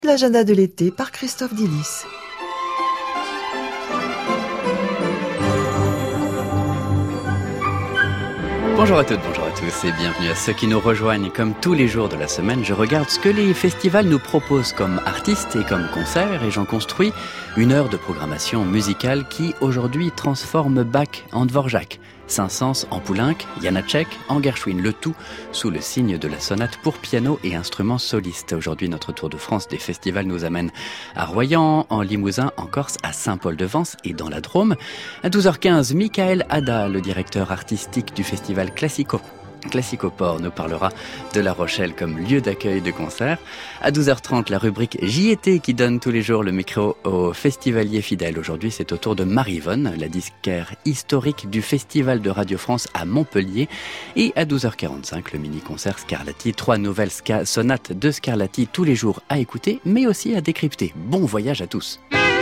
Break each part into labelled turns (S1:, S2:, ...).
S1: L'agenda de l'été par Christophe Dillis.
S2: Bonjour à toutes, bonjour à tous et bienvenue à ceux qui nous rejoignent. Comme tous les jours de la semaine, je regarde ce que les festivals nous proposent comme artistes et comme concerts et j'en construis une heure de programmation musicale qui aujourd'hui transforme Bach en Dvorak, Saint-Saëns en Poulenc, Janáček en Gershwin, le tout sous le signe de la sonate pour piano et instruments solistes. Aujourd'hui, notre tour de France des festivals nous amène à Royan, en Limousin, en Corse, à Saint-Paul-de-Vence et dans la Drôme. À 12h15, Michael Hada, le directeur artistique du festival Classicoport, nous parlera de La Rochelle comme lieu d'accueil de concerts. À 12h30, la rubrique JT qui donne tous les jours le micro aux festivaliers fidèles. Aujourd'hui, c'est au tour de Marie-Yvonne, la disquaire historique du Festival de Radio France à Montpellier. Et à 12h45, le mini-concert Scarlatti. 3 nouvelles sonates de Scarlatti tous les jours à écouter, mais aussi à décrypter. Bon voyage à tous.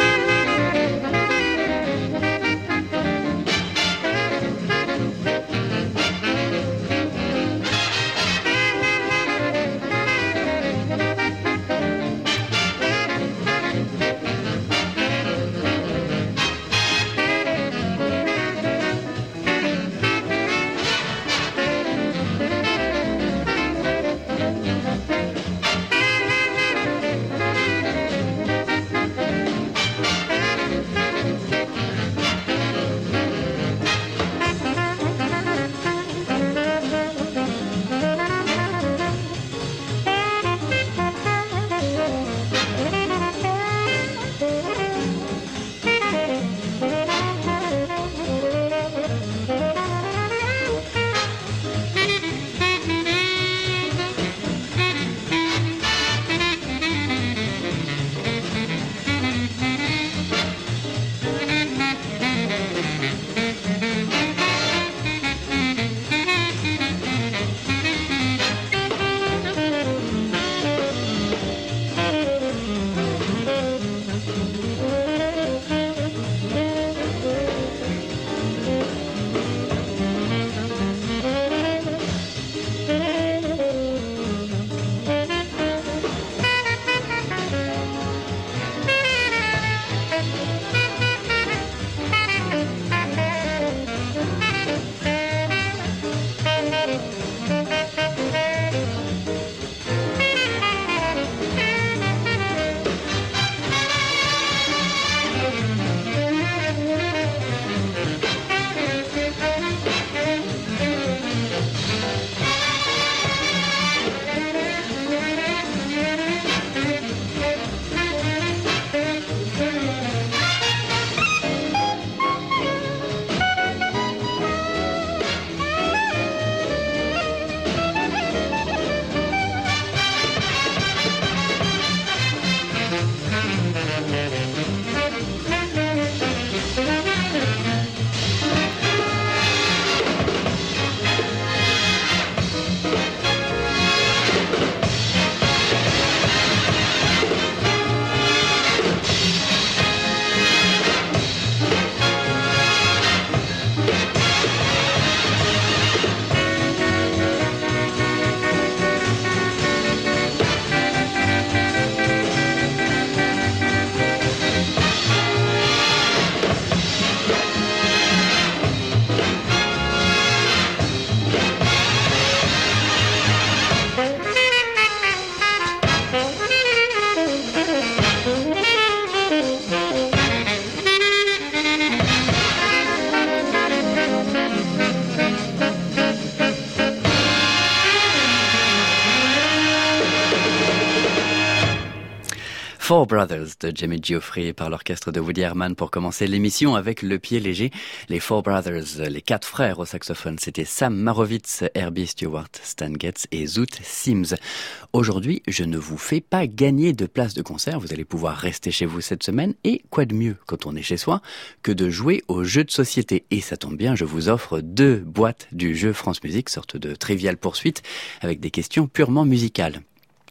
S2: Four Brothers de Jimmy Geoffrey par l'orchestre de Woody Herman pour commencer l'émission avec le pied léger. Les Four Brothers, les 4 frères au saxophone, c'était Sam Marowitz, Herbie Stewart, Stan Getz et Zoot Sims. Aujourd'hui, je ne vous fais pas gagner de place de concert, vous allez pouvoir rester chez vous cette semaine et quoi de mieux quand on est chez soi que de jouer aux jeux de société. Et ça tombe bien, je vous offre 2 boîtes du jeu France Musique, sorte de Trivial Poursuite avec des questions purement musicales.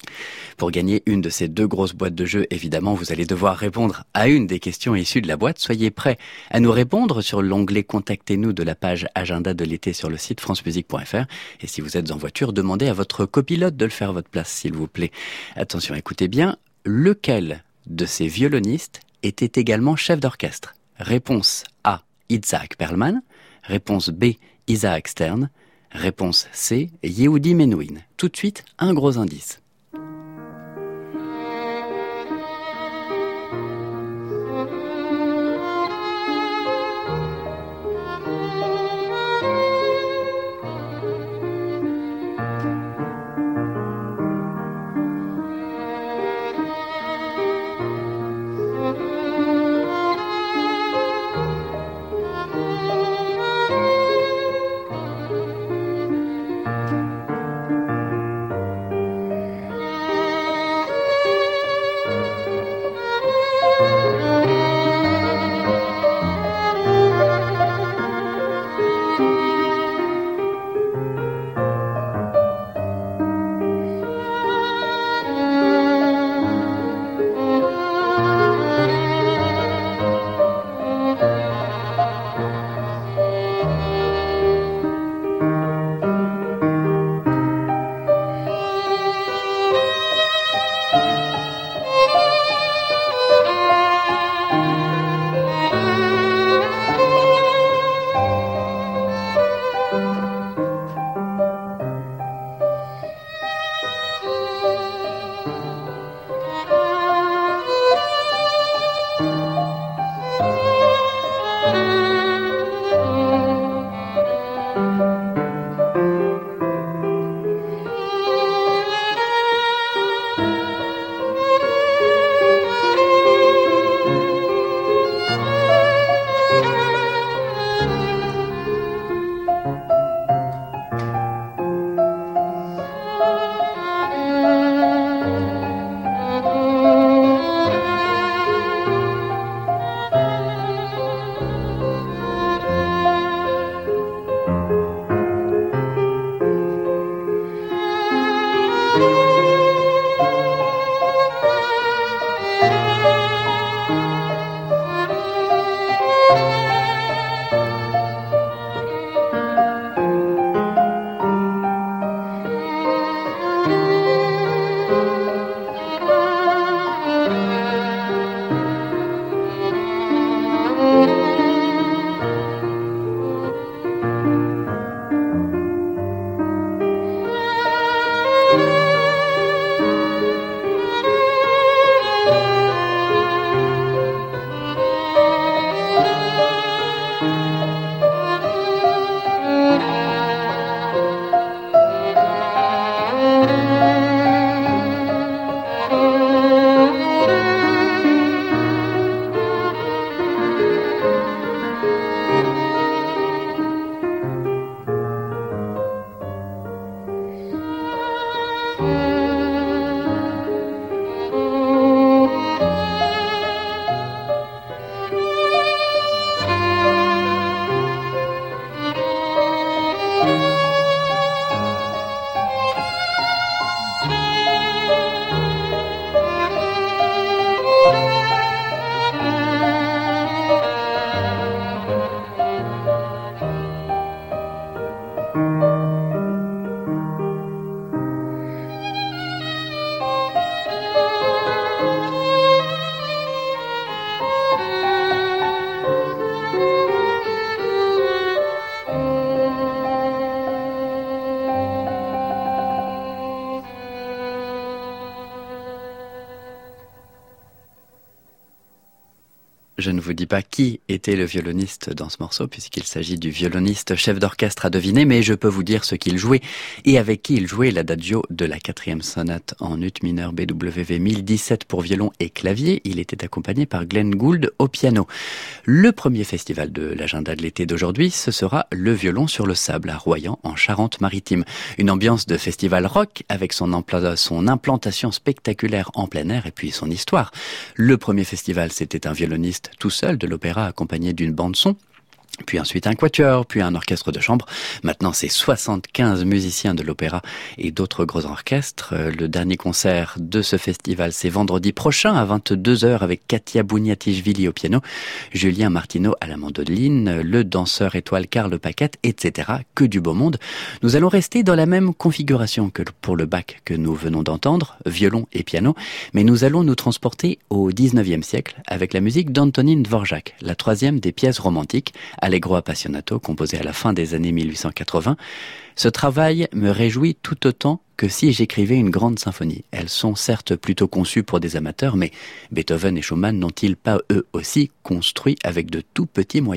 S2: Pour gagner une de ces 2 grosses boîtes de jeux, évidemment, vous allez devoir répondre à une des questions issues de la boîte. Soyez prêts à nous répondre sur l'onglet « Contactez-nous » de la page Agenda de l'été sur le site francemusique.fr. Et si vous êtes en voiture, demandez à votre copilote de le faire à votre place, s'il vous plaît. Attention, écoutez bien. lequel de ces violonistes était également chef d'orchestre? Réponse A, Itzhak Perlman. Réponse B, Isaac Stern. Réponse C, Yehudi Menuhin. Tout de suite, un gros indice. Je ne vous dis pas qui était le violoniste dans ce morceau, puisqu'il s'agit du violoniste chef d'orchestre à deviner, mais je peux vous dire ce qu'il jouait et avec qui il jouait l'adagio de la 4e sonate en ut mineur BWV 1017 pour violon et clavier. Il était accompagné par Glenn Gould au piano. Le premier festival de l'agenda de l'été d'aujourd'hui, ce sera le violon sur le sable à Royan, en Charente-Maritime. Une ambiance de festival rock avec son implantation spectaculaire en plein air et puis son histoire. Le premier festival, c'était un violoniste tout seul de l'opéra accompagné d'une bande-son. puis ensuite un quatuor, puis un orchestre de chambre. Maintenant, c'est 75 musiciens de l'opéra et d'autres gros orchestres. Le dernier concert de ce festival, c'est vendredi prochain à 22h avec Katia Bouniatichvili au piano, Julien Martineau à la mandoline, le danseur étoile Karl Paquette, etc. Que du beau monde. Nous allons rester dans la même configuration que pour le Bach que nous venons d'entendre, violon et piano, mais nous allons nous transporter au 19e siècle avec la musique d'Antonín Dvořák, la troisième des pièces romantiques, Allegro appassionato, composé à la fin des années 1880. Ce travail me réjouit tout autant que si j'écrivais une grande symphonie. Elles sont certes plutôt conçues pour des amateurs, mais Beethoven et Schumann n'ont-ils pas eux aussi construit avec de tout petits moyens ?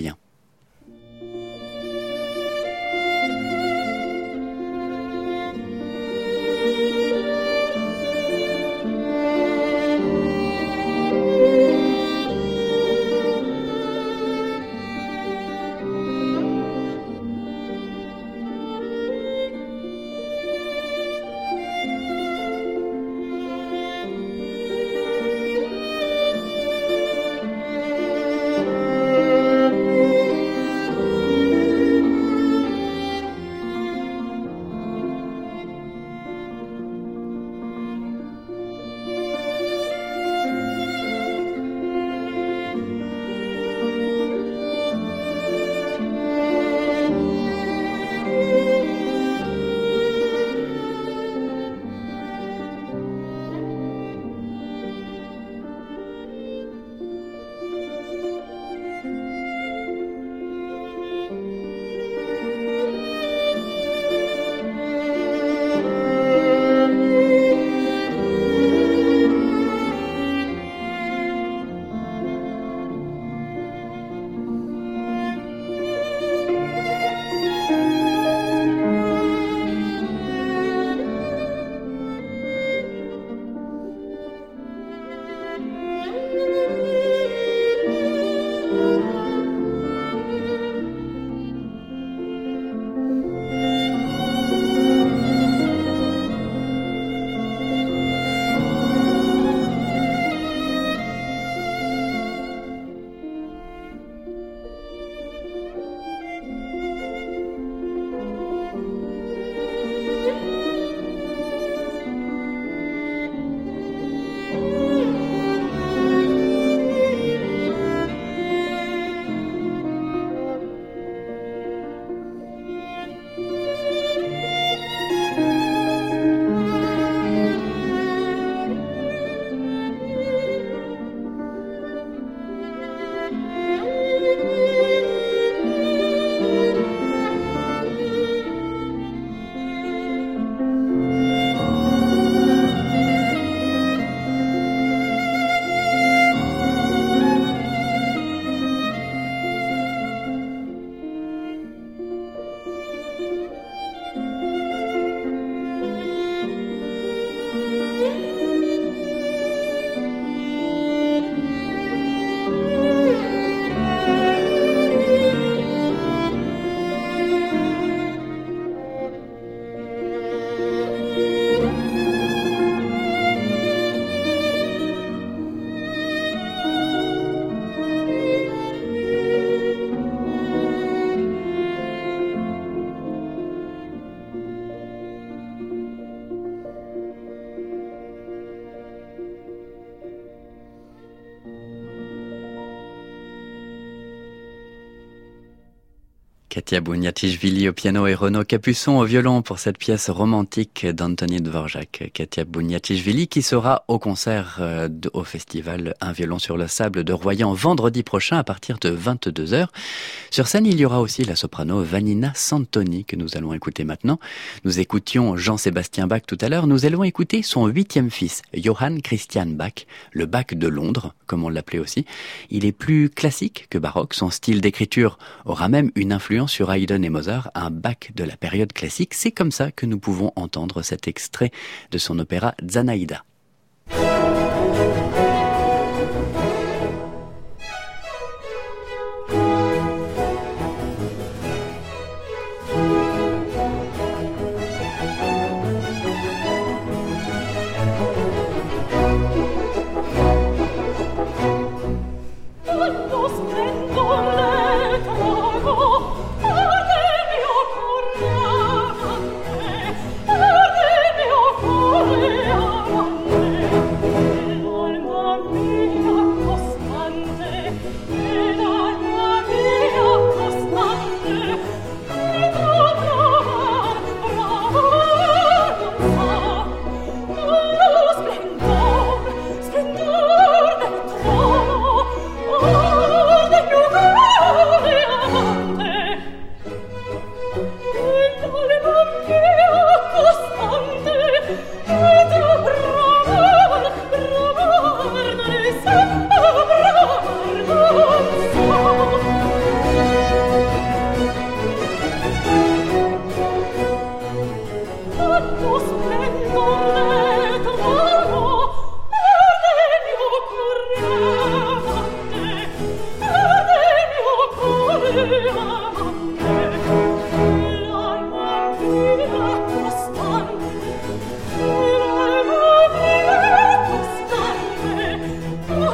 S2: Katia Bouniatichvili au piano et Renaud Capuçon au violon pour cette pièce romantique d'Antonín Dvořák. Katia Bouniatichvili qui sera au concert au festival Un violon sur le sable de Royan vendredi prochain à partir de 22h. Sur scène, il y aura aussi la soprano Vanina Santoni que nous allons écouter maintenant. Nous écoutions Jean-Sébastien Bach tout à l'heure. Nous allons écouter son 8e fils, Johann Christian Bach, le Bach de Londres, comme on l'appelait aussi. Il est plus classique que baroque. Son style d'écriture aura même une influence sur Haydn et Mozart, un Bach de la période classique. C'est comme ça que nous pouvons entendre cet extrait de son opéra Zanaïda.
S3: Lo splendono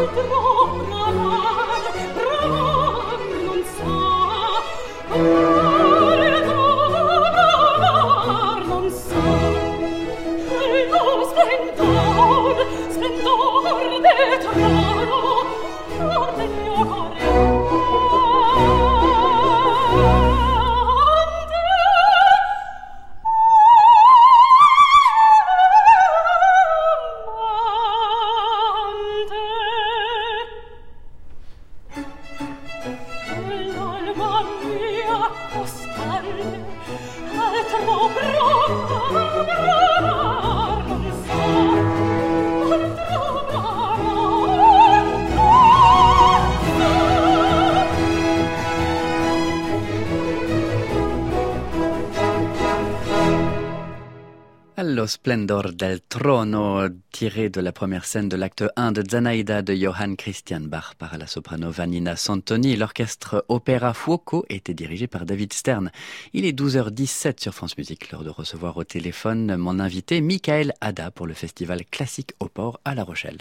S2: Lo Splendor del Trono, tiré de la première scène de l'acte 1 de Zanaida de Johann Christian Bach par la soprano Vanina Santoni. L'orchestre Opéra Fuoco était dirigé par David Stern. Il est 12h17 sur France Musique, l'heure de recevoir au téléphone mon invité Michael Hada pour le festival Classique au Port à La Rochelle.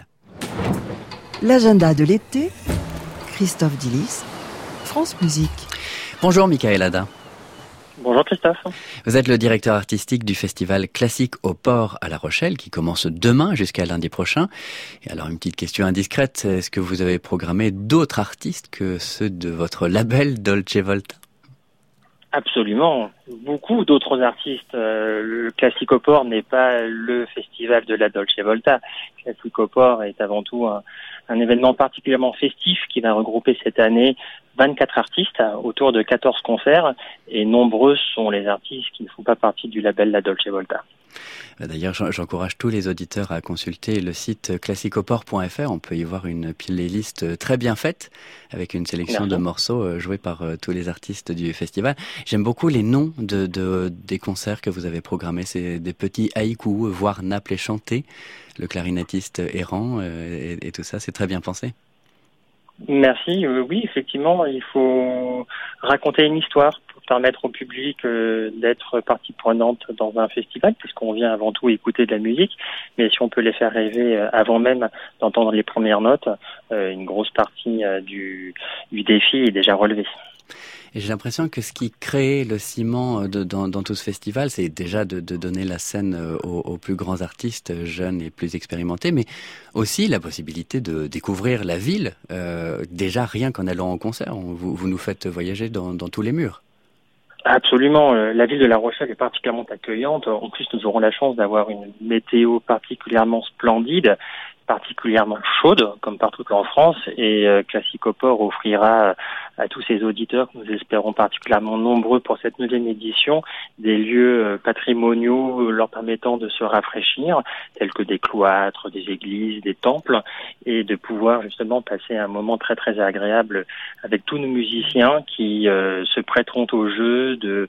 S1: L'agenda de l'été, Christophe Dillis, France Musique.
S2: Bonjour Michael Hada.
S3: Bonjour Christophe.
S2: Vous êtes le directeur artistique du festival Classique au Port à La Rochelle qui commence demain jusqu'à lundi prochain. Et alors une petite question indiscrète, est-ce que vous avez programmé d'autres artistes que ceux de votre label Dolce Volta ?
S3: Absolument, beaucoup d'autres artistes. Le Classique au Port n'est pas le festival de la Dolce Volta. Classique au Port est avant tout un événement particulièrement festif qui va regrouper cette année 24 artistes autour de 14 concerts et nombreux sont les artistes qui ne font pas partie du label La Dolce Volta.
S2: D'ailleurs, j'encourage tous les auditeurs à consulter le site classiqueauport.fr. On peut y voir une playlist très bien faite avec une sélection de morceaux joués par tous les artistes du festival. J'aime beaucoup les noms des concerts que vous avez programmés. C'est des petits haïkus, voir Naples chanter, le clarinettiste errant et tout ça. C'est très bien pensé.
S3: Merci. Oui, effectivement, il faut raconter une histoire pour permettre au public d'être partie prenante dans un festival, puisqu'on vient avant tout écouter de la musique. Mais si on peut les faire rêver avant même d'entendre les premières notes, une grosse partie du défi est déjà relevée.
S2: Et j'ai l'impression que ce qui crée le ciment dans tout ce festival, c'est déjà de donner la scène aux plus grands artistes, jeunes et plus expérimentés, mais aussi la possibilité de découvrir la ville, déjà rien qu'en allant en concert. Vous nous faites voyager dans tous les murs.
S3: Absolument. La ville de La Rochelle est particulièrement accueillante. En plus, nous aurons la chance d'avoir une météo particulièrement splendide, particulièrement chaude, comme partout en France, et Classique au Port offrira à tous ces auditeurs que nous espérons particulièrement nombreux pour cette 9e édition, des lieux patrimoniaux leur permettant de se rafraîchir, tels que des cloîtres, des églises, des temples, et de pouvoir justement passer un moment très très agréable avec tous nos musiciens qui se prêteront au jeu de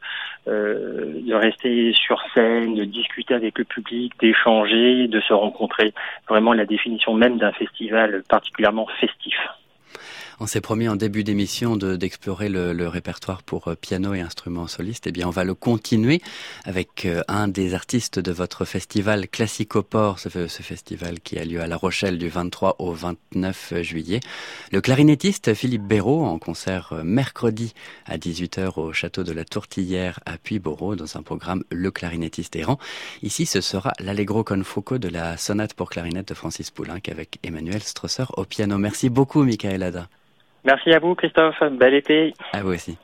S3: rester sur scène, de discuter avec le public, d'échanger, de se rencontrer. Vraiment la définition même d'un festival particulièrement festif.
S2: On s'est promis en début d'émission d'explorer le répertoire pour piano et instruments solistes. Eh bien, on va le continuer avec un des artistes de votre festival Classique au Port, ce festival qui a lieu à La Rochelle du 23 au 29 juillet. Le clarinettiste Philippe Béraud en concert mercredi à 18h au château de la Tourtillère à Puyboreau dans un programme Le clarinettiste errant. Ici, ce sera l'Allegro con fuoco de la sonate pour clarinette de Francis Poulenc avec Emmanuel Strosser au piano. Merci beaucoup, Michael Hada.
S3: Merci à vous, Christophe. Bel été.
S2: À vous aussi.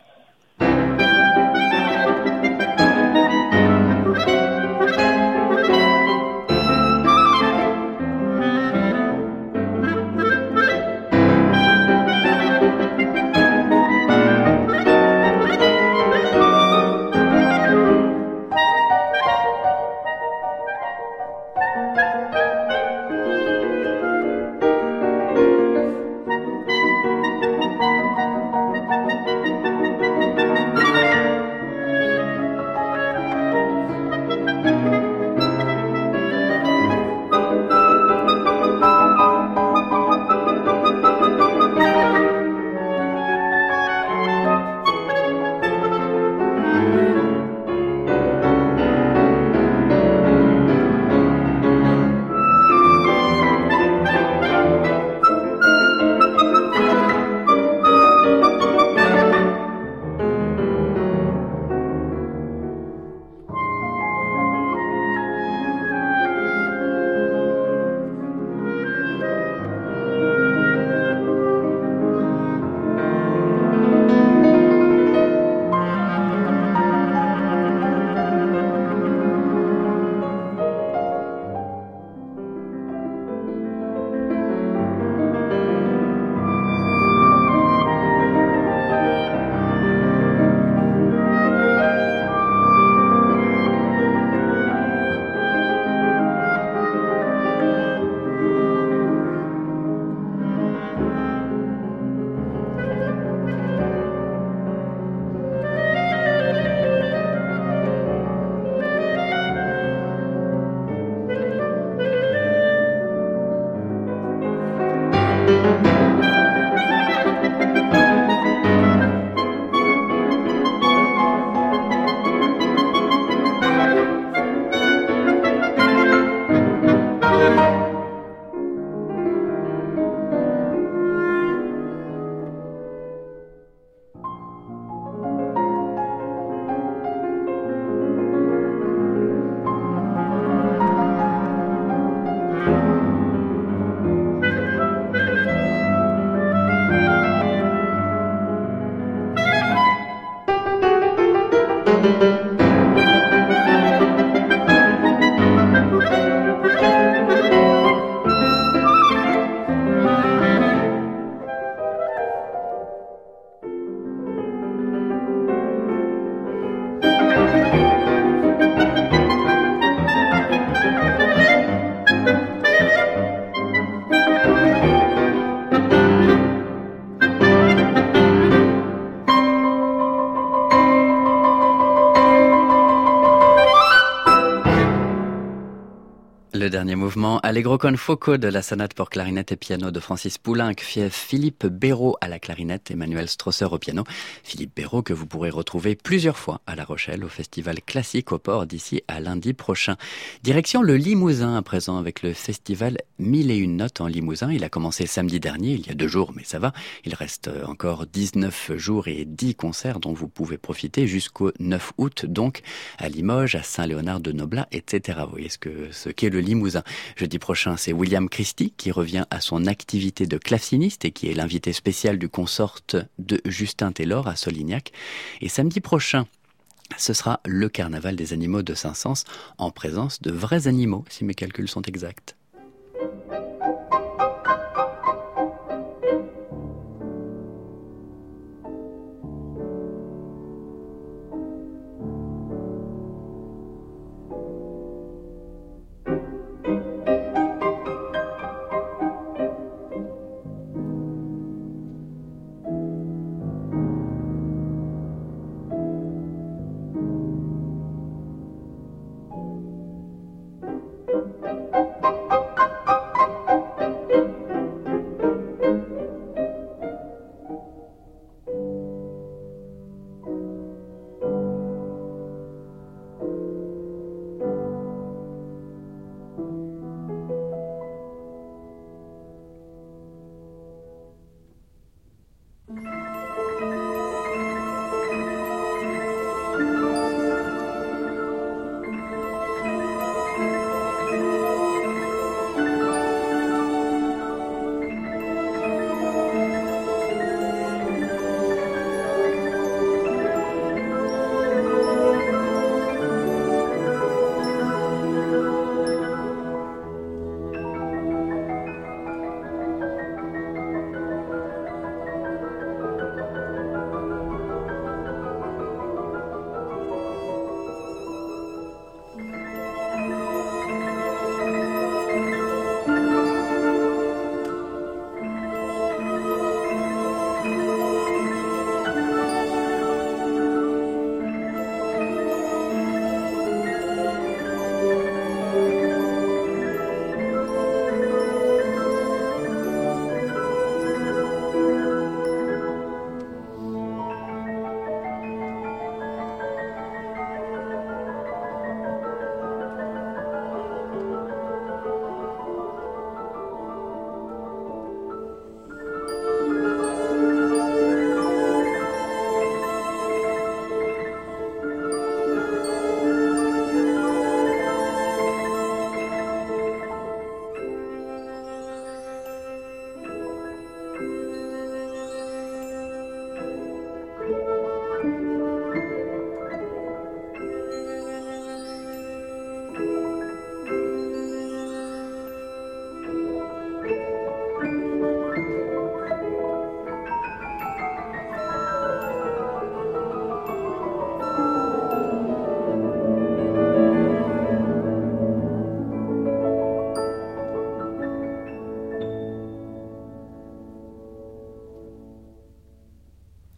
S2: Le dernier mouvement, Allegro con fuoco de la sonate pour clarinette et piano de Francis Poulenc, Philippe Béraud à la clarinette, Emmanuel Strosser au piano. Philippe Béraud que vous pourrez retrouver plusieurs fois à La Rochelle au Festival Classique au Port d'ici à lundi prochain. Direction le Limousin à présent avec le festival 1001 notes en Limousin. Il a commencé samedi dernier, il y a 2 jours, mais ça va. Il reste encore 19 jours et 10 concerts dont vous pouvez profiter jusqu'au 9 août, donc à Limoges, à Saint-Léonard-de-Noblat, etc. Vous voyez ce qu'est le Limousin. Jeudi prochain, c'est William Christie qui revient à son activité de claveciniste et qui est l'invité spécial du consort de Justin Taylor à Solignac. Et samedi prochain, ce sera le carnaval des animaux de Saint-Saëns en présence de vrais animaux, si mes calculs sont exacts.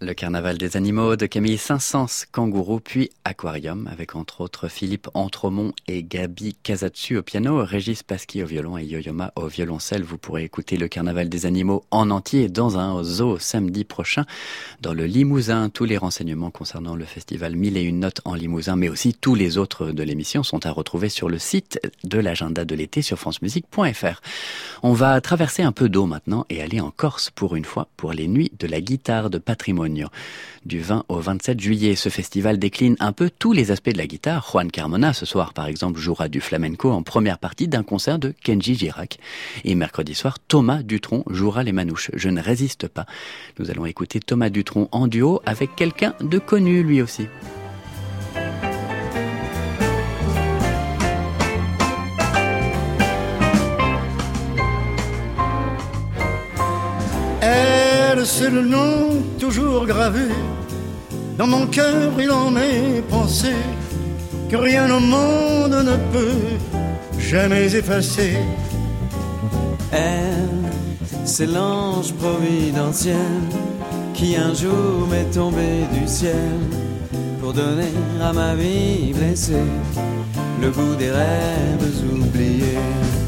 S2: Le carnaval des animaux de Camille Saint-Saëns, Kangourou, puis Aquarium, avec entre autres Philippe Entremont et Gabi Casatsu au piano, Régis Pasquier au violon et Yo-Yo Ma au violoncelle. Vous pourrez écouter le carnaval des animaux en entier dans un zoo samedi prochain dans le Limousin. Tous les renseignements concernant le festival 1001 notes en Limousin, mais aussi tous les autres de l'émission sont à retrouver sur le site de l'agenda de l'été sur francemusique.fr. On va traverser un peu d'eau maintenant et aller en Corse pour une fois pour les nuits de la guitare de Patrimonio. Du 20 au 27 juillet, ce festival décline un peu tous les aspects de la guitare. Juan Carmona, ce soir par exemple, jouera du flamenco en première partie d'un concert de Kenji Girac. Et mercredi soir, Thomas Dutronc jouera les manouches. Je ne résiste pas. Nous allons écouter Thomas Dutronc en duo avec quelqu'un de connu lui aussi.
S4: C'est le nom toujours gravé dans mon cœur et dans mes pensées, que rien au monde ne peut jamais effacer.
S5: Elle, c'est l'ange providentiel qui un jour m'est tombé du ciel pour donner à ma vie blessée le goût des rêves oubliés.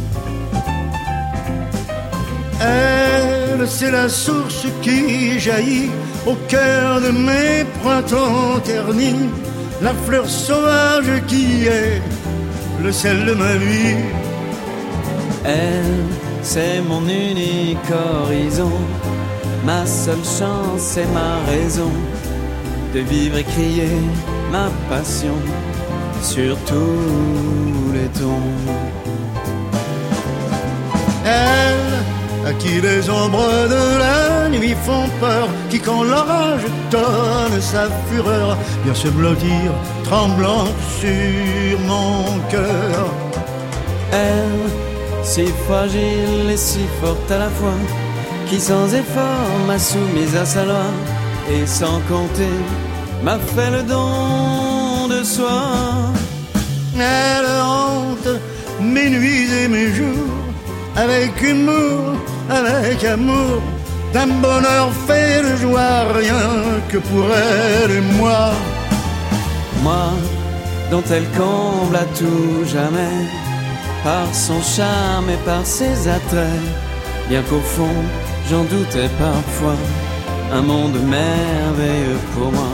S4: Elle, c'est la source qui jaillit au cœur de mes printemps ternis, la fleur sauvage qui est le sel de ma vie.
S5: Elle, c'est mon unique horizon, ma seule chance et ma raison de vivre et crier ma passion sur tous les tons.
S4: Elle, à qui les ombres de la nuit font peur, qui quand l'orage donne sa fureur vient se blottir tremblante sur mon cœur.
S5: Elle, si fragile et si forte à la fois, qui sans effort m'a soumise à sa loi, et sans compter m'a fait le don de soi.
S4: Elle hante mes nuits et mes jours, avec humour, avec amour, d'un bonheur fait de joie, rien que pour elle et moi.
S5: Moi, dont elle comble à tout jamais, par son charme et par ses attraits, bien qu'au fond, j'en doutais parfois, un monde merveilleux pour moi.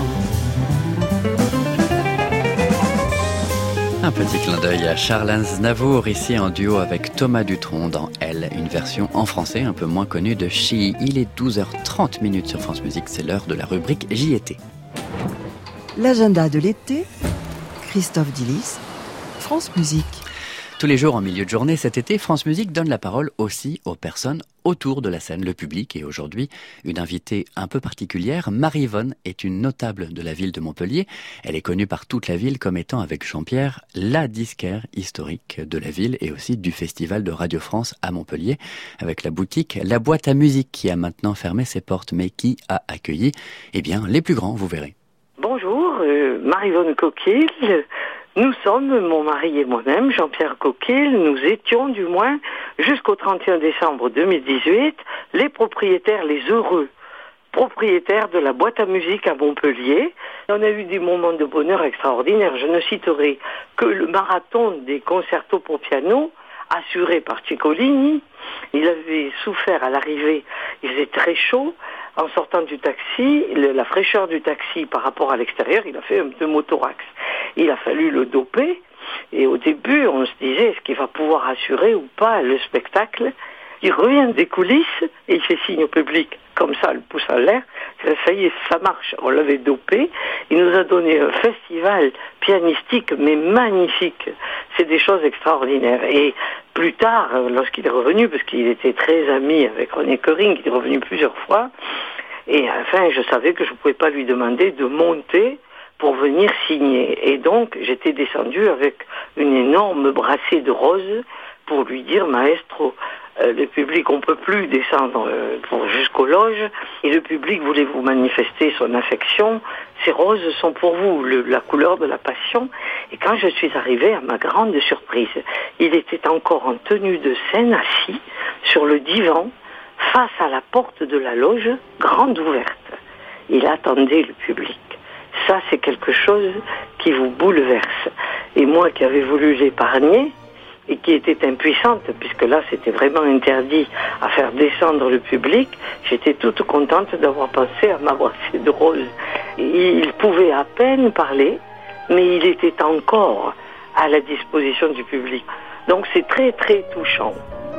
S2: Un petit clin d'œil à Charles Aznavour, ici en duo avec Thomas Dutronc dans Elle, une version en français un peu moins connue de She. Il est 12h30 sur France Musique, c'est l'heure de la rubrique J'y étais.
S1: L'agenda de l'été, Christophe Dillis, France Musique.
S2: Tous les jours en milieu de journée cet été, France Musique donne la parole aussi aux personnes autour de la scène, le public. Et aujourd'hui, une invitée un peu particulière, Marie-Yvonne, est une notable de la ville de Montpellier. Elle est connue par toute la ville comme étant, avec Jean-Pierre, la disquaire historique de la ville et aussi du festival de Radio France à Montpellier, avec la boutique La Boîte à Musique qui a maintenant fermé ses portes, mais qui a accueilli, eh bien, les plus grands, vous verrez.
S6: Bonjour, Marie-Yvonne Coquille. Nous sommes, mon mari et moi-même, Jean-Pierre Coquille, nous étions du moins, jusqu'au 31 décembre 2018, les propriétaires, les heureux propriétaires de la Boîte à Musique à Montpellier. On a eu des moments de bonheur extraordinaires. Je ne citerai que le marathon des concertos pour piano, assuré par Ciccolini. Il avait souffert à l'arrivée, il faisait très chaud. En sortant du taxi, la fraîcheur du taxi par rapport à l'extérieur, il a fait un pneumothorax. Il a fallu le doper, et au début, on se disait, est-ce qu'il va pouvoir assurer ou pas le spectacle? Il revient des coulisses, et il fait signe au public, comme ça, le pouce en l'air, ça y est, ça marche. On l'avait dopé, il nous a donné un festival pianistique, mais magnifique. C'est des choses extraordinaires. Et plus tard, lorsqu'il est revenu, parce qu'il était très ami avec René Coering, il est revenu plusieurs fois, et enfin, je savais que je ne pouvais pas lui demander de monter pour venir signer. Et donc, j'étais descendu avec une énorme brassée de roses pour lui dire, maestro, le public, on ne peut plus descendre jusqu'aux loges, et le public voulait vous manifester son affection. Ces roses sont pour vous, la couleur de la passion. Et quand je suis arrivée, à ma grande surprise, il était encore en tenue de scène, assis sur le divan, face à la porte de la loge, grande ouverte. Il attendait le public. Ça, c'est quelque chose qui vous bouleverse. Et moi qui avais voulu l'épargner, et qui était impuissante, puisque là c'était vraiment interdit à faire descendre le public, j'étais toute contente d'avoir pensé à ma brassée de roses. Il pouvait à peine parler, mais il était encore à la disposition du public. Donc c'est très très touchant.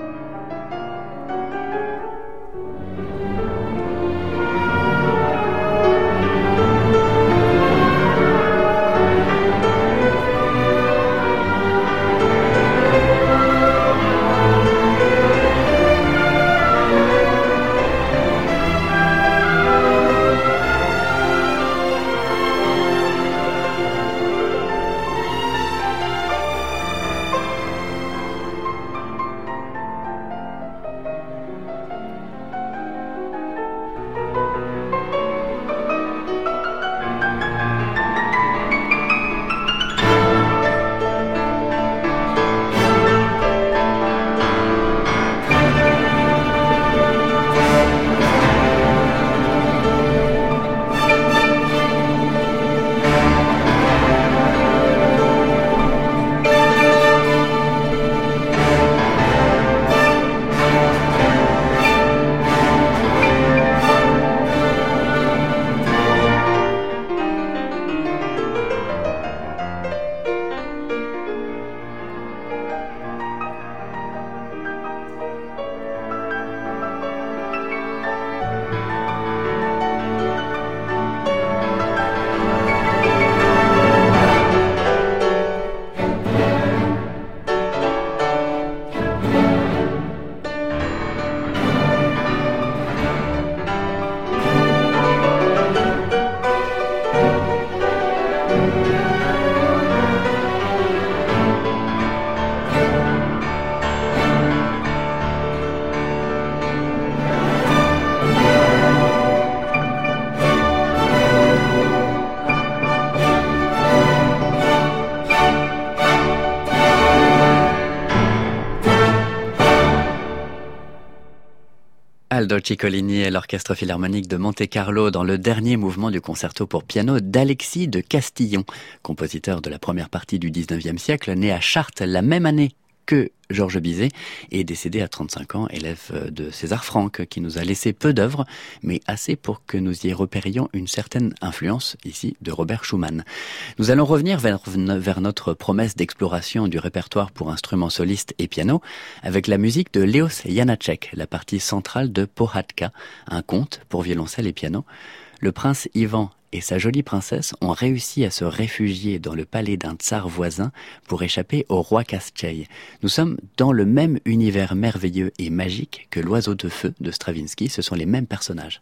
S2: Aldo Ciccolini et l'Orchestre Philharmonique de Monte-Carlo dans le dernier mouvement du concerto pour piano d'Alexis de Castillon, compositeur de la première partie du 19e siècle, né à Chartres la même année que Georges Bizet et décédé à 35 ans, élève de César Franck, qui nous a laissé peu d'œuvres, mais assez pour que nous y repérions une certaine influence ici de Robert Schumann. Nous allons revenir vers notre promesse d'exploration du répertoire pour instruments solistes et piano avec la musique de Leos Janáček, la partie centrale de Pohádka, un conte pour violoncelle et piano. Le prince Ivan et sa jolie princesse ont réussi à se réfugier dans le palais d'un tsar voisin pour échapper au roi Kastcheï. Nous sommes dans le même univers merveilleux et magique que l'Oiseau de feu de Stravinsky, ce sont les mêmes personnages.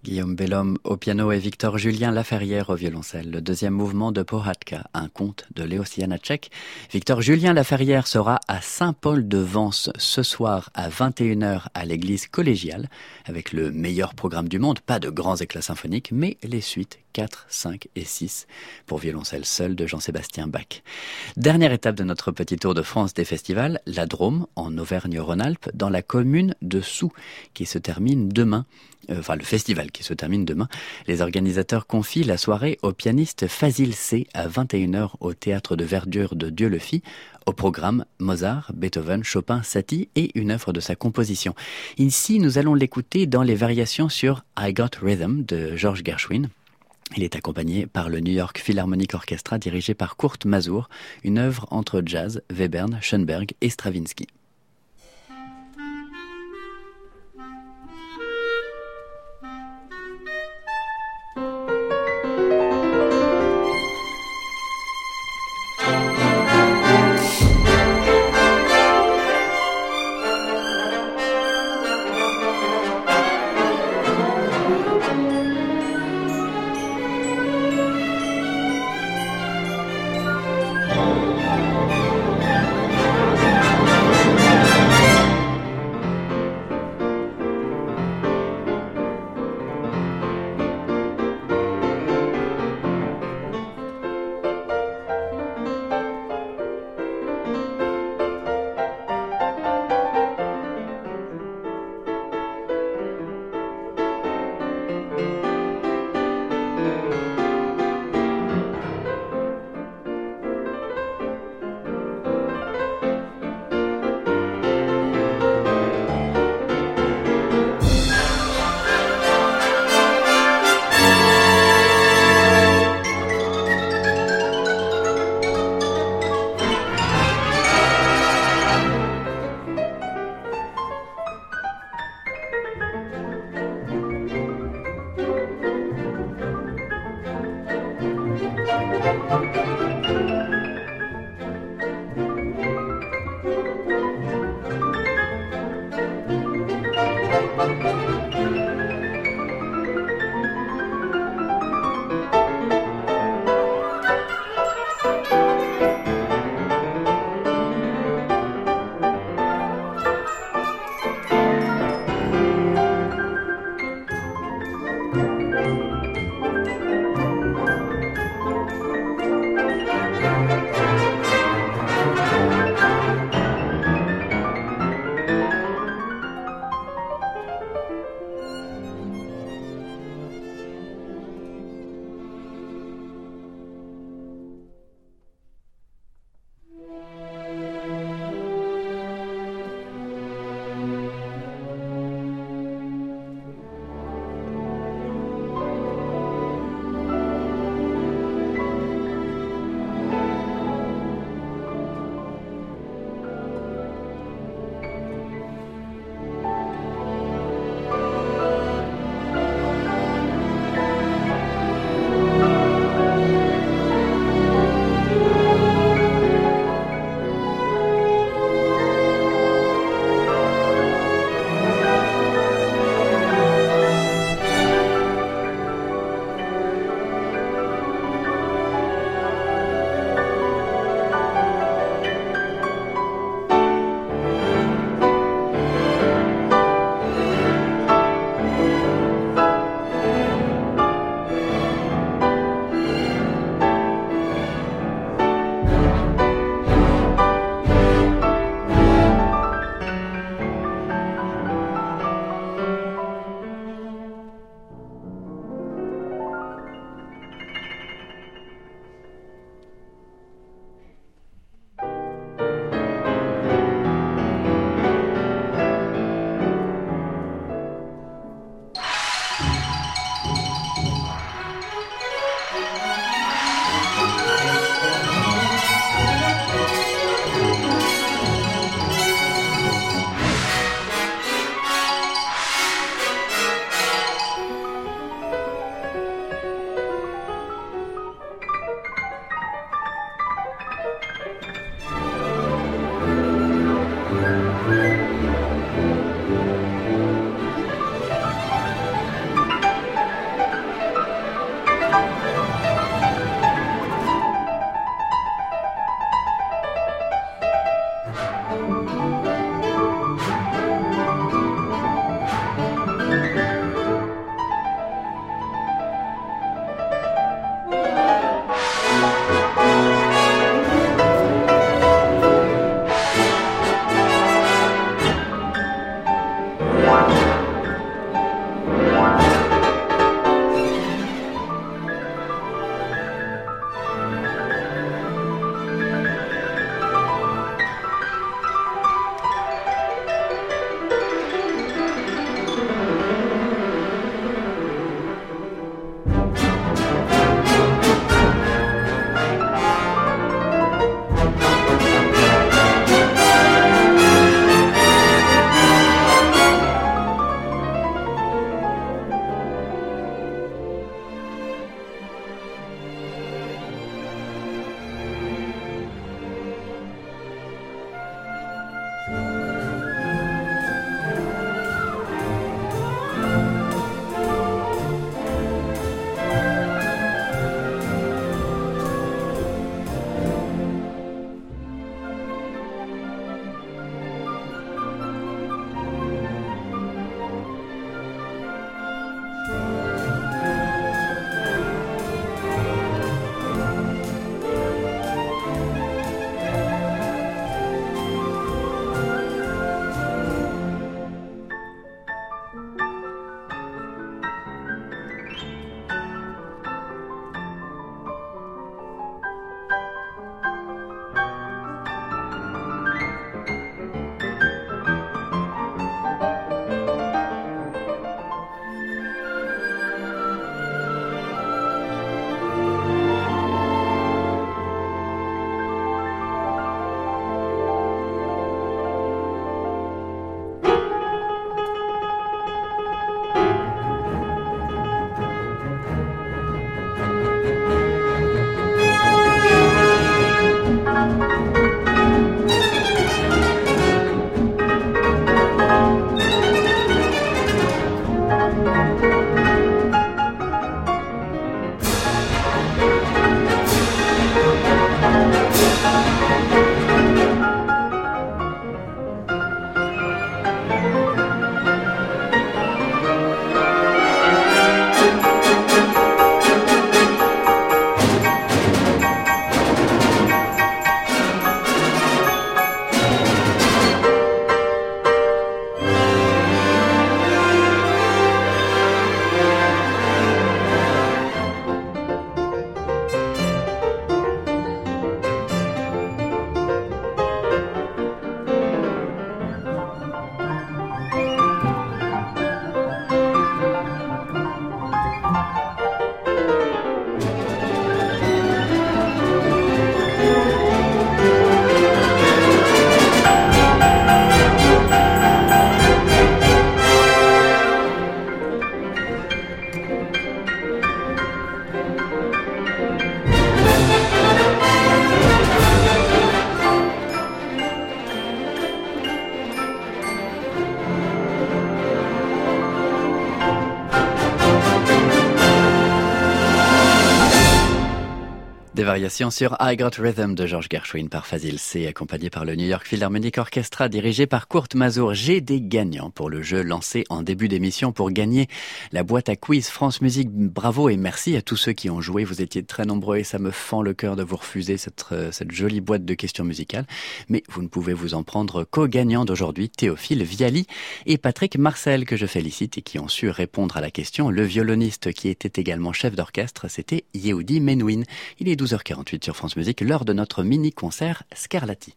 S2: Guillaume Bellhomme au piano et Victor Julien Laferrière au violoncelle. Le deuxième mouvement de Pohádka, un conte de Leoš Janáček. Victor Julien Laferrière sera à Saint-Paul-de-Vence ce soir à 21h à l'église collégiale avec le meilleur programme du monde. Pas de grands éclats symphoniques, mais les suites 4, 5 et 6 pour violoncelle seul de Jean-Sébastien Bach. Dernière étape de notre petit tour de France des festivals, la Drôme en Auvergne-Rhône-Alpes dans la commune de Soux qui se termine demain. Le festival qui se termine demain. Les organisateurs confient la soirée au pianiste Fazil C à 21h au Théâtre de Verdure de Dieu-le-Fit. Au programme, Mozart, Beethoven, Chopin, Satie et une œuvre de sa composition. Ici, nous allons l'écouter dans les variations sur I Got Rhythm de George Gershwin. Il est accompagné par le New York Philharmonic Orchestra dirigé par Kurt Masur, une œuvre entre jazz, Webern, Schoenberg et Stravinsky. variation sur I Got Rhythm de George Gershwin par Fazil C, accompagné par le New York Philharmonic Orchestra, dirigé par Kurt Masur. J'ai des gagnants pour le jeu lancé en début d'émission pour gagner la boîte à quiz France Musique. Bravo et merci à tous ceux qui ont joué. Vous étiez très nombreux et ça me fend le cœur de vous refuser cette jolie boîte de questions musicales. Mais vous ne pouvez vous en prendre qu'aux gagnants d'aujourd'hui, Théophile Viali et Patrick Marcel, que je félicite et qui ont su répondre à la question. Le violoniste qui était également chef d'orchestre, c'était Yehudi Menuhin. Il est 12h48 sur France Musique, l'heure de notre mini-concert Scarlatti.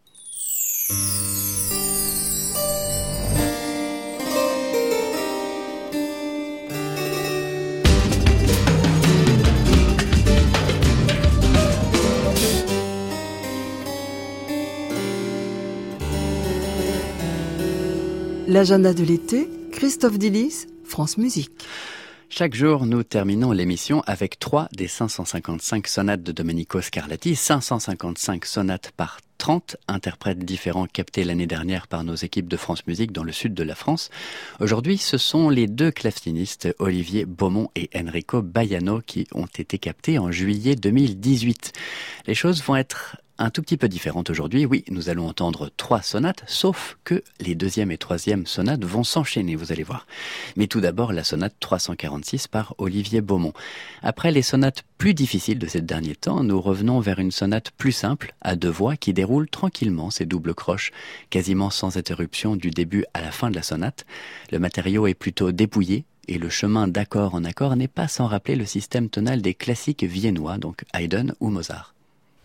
S1: L'agenda de l'été, Christophe Dillis, France Musique.
S2: Chaque jour, nous terminons l'émission avec 3 des 555 sonates de Domenico Scarlatti, 555 sonates par 30 interprètes différents captés l'année dernière par nos équipes de France Musique dans le sud de la France. Aujourd'hui, ce sont les 2 clavecinistes Olivier Beaumont et Enrico Baiano qui ont été captés en juillet 2018. Les choses vont être un tout petit peu différente aujourd'hui. Oui, nous allons entendre 3 sonates, sauf que les 2e et 3e sonates vont s'enchaîner, vous allez voir. Mais tout d'abord, la sonate 346 par Olivier Beaumont. Après les sonates plus difficiles de ces derniers temps, nous revenons vers une sonate plus simple, à 2 voix, qui déroule tranquillement ses doubles croches, quasiment sans interruption du début à la fin de la sonate. Le matériau est plutôt dépouillé, et le chemin d'accord en accord n'est pas sans rappeler le système tonal des classiques viennois, donc Haydn ou Mozart.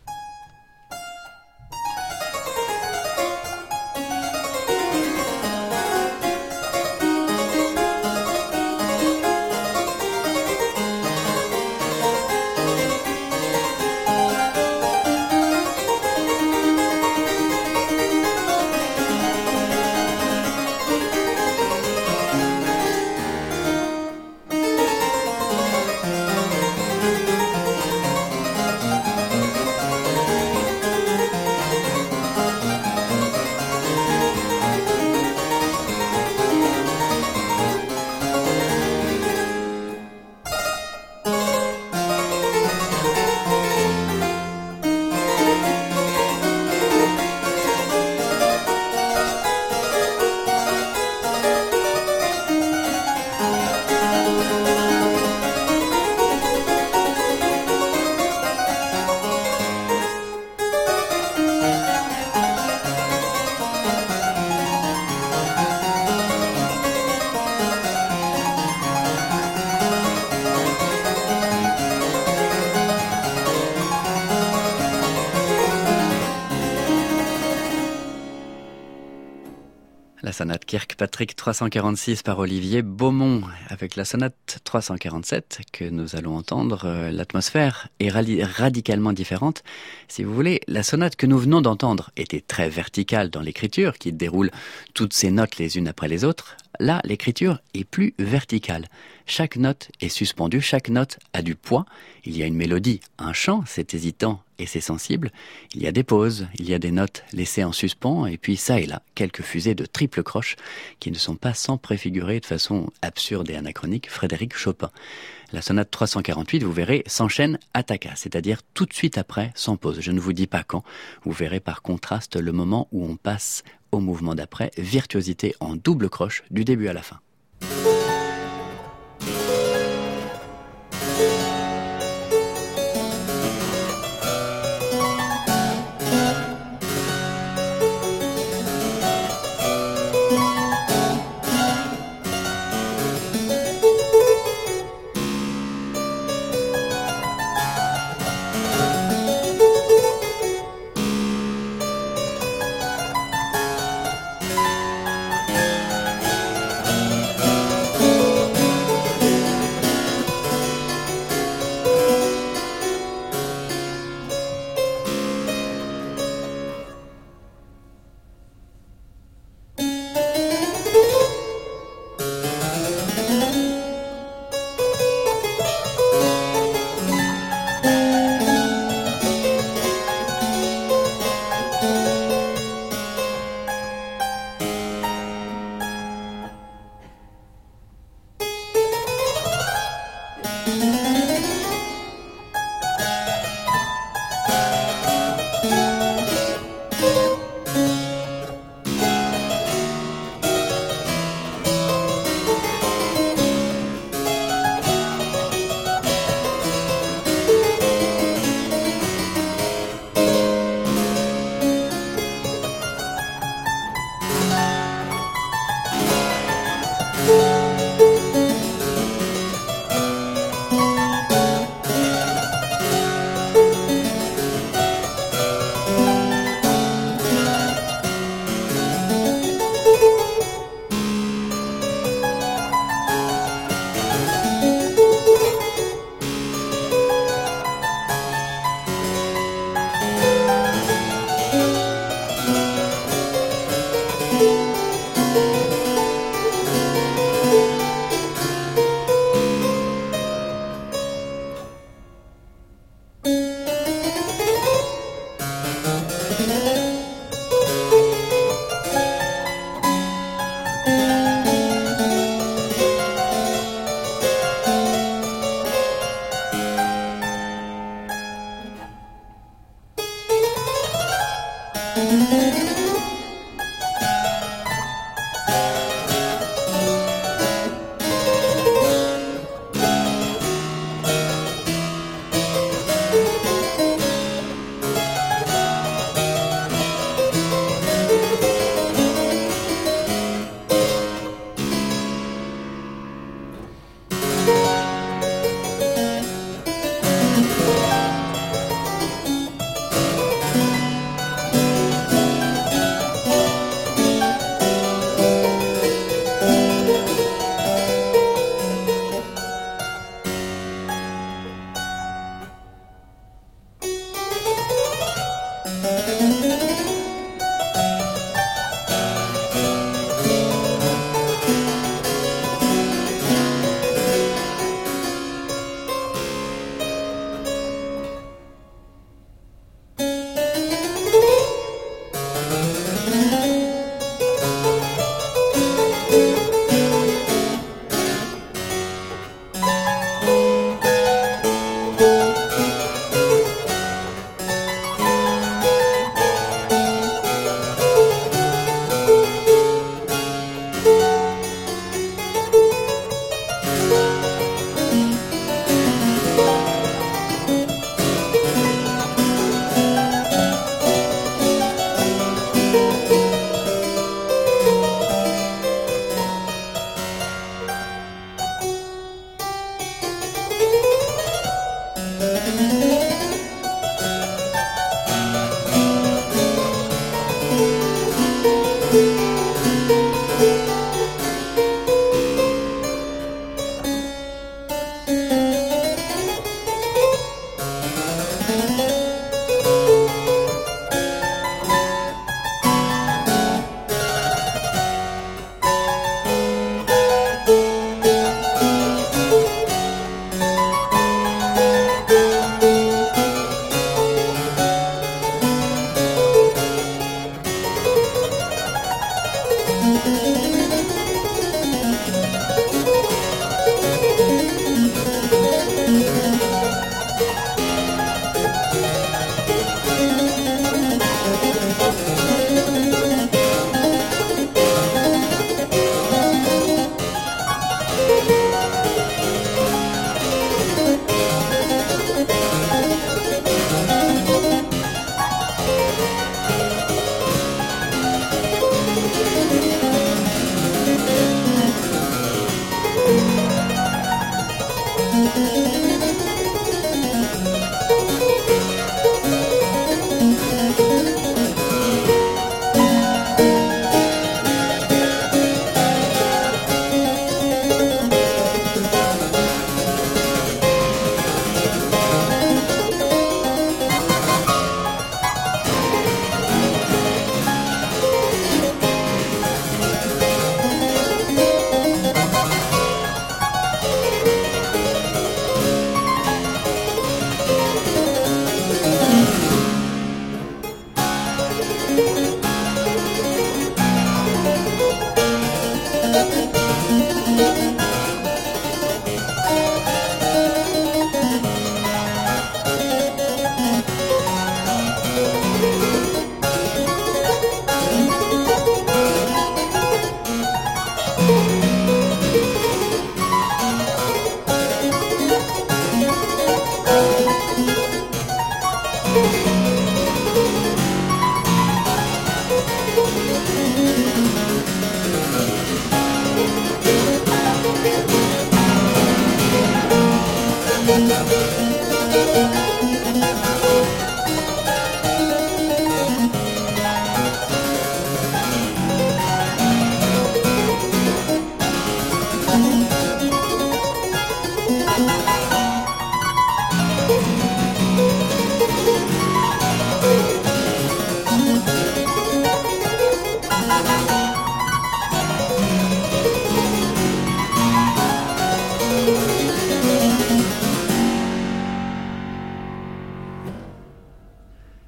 S2: La sonate Kirkpatrick 346 par Olivier Beaumont. Avec la sonate 347 que nous allons entendre, l'atmosphère est radicalement différente. Si vous voulez, la sonate que nous venons d'entendre était très verticale dans l'écriture, qui déroule toutes ces notes les unes après les autres. Là, l'écriture est plus verticale. Chaque note est suspendue, chaque note a du poids. Il y a une mélodie, un chant, c'est hésitant et c'est sensible. Il y a des pauses, il y a des notes laissées en suspens, et puis ça et là, quelques fusées de triple croche qui ne sont pas sans préfigurer de façon absurde et anachronique Frédéric Chopin. La sonate 348, vous verrez, s'enchaîne attacca, c'est-à-dire tout de suite après, sans pause. Je ne vous dis pas quand. Vous verrez par contraste le moment où on passe au mouvement d'après, virtuosité en double croche du début à la fin.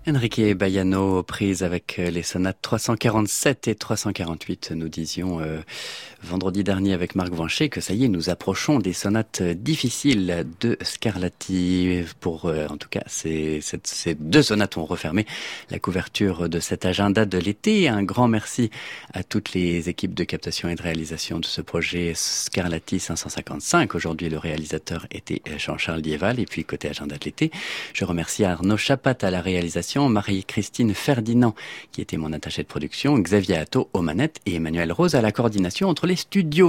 S2: Enrique Baiano aux prises avec les sonates 347 et 348. Nous disions vendredi dernier avec Marc Vanchet que ça y est, nous approchons des sonates difficiles de Scarlatti. En tout cas, ces deux sonates ont refermé la couverture de cet agenda de l'été. Un grand merci à toutes les équipes de captation et de réalisation de ce projet Scarlatti 555. Aujourd'hui, le réalisateur était Jean-Charles Liéval. Et puis, côté agenda de l'été, je remercie Arnaud Chapat à la réalisation, Marie-Christine Ferdinand qui était mon attaché de production, Xavier Atto aux manettes et Emmanuel Rose à la coordination entre les studios.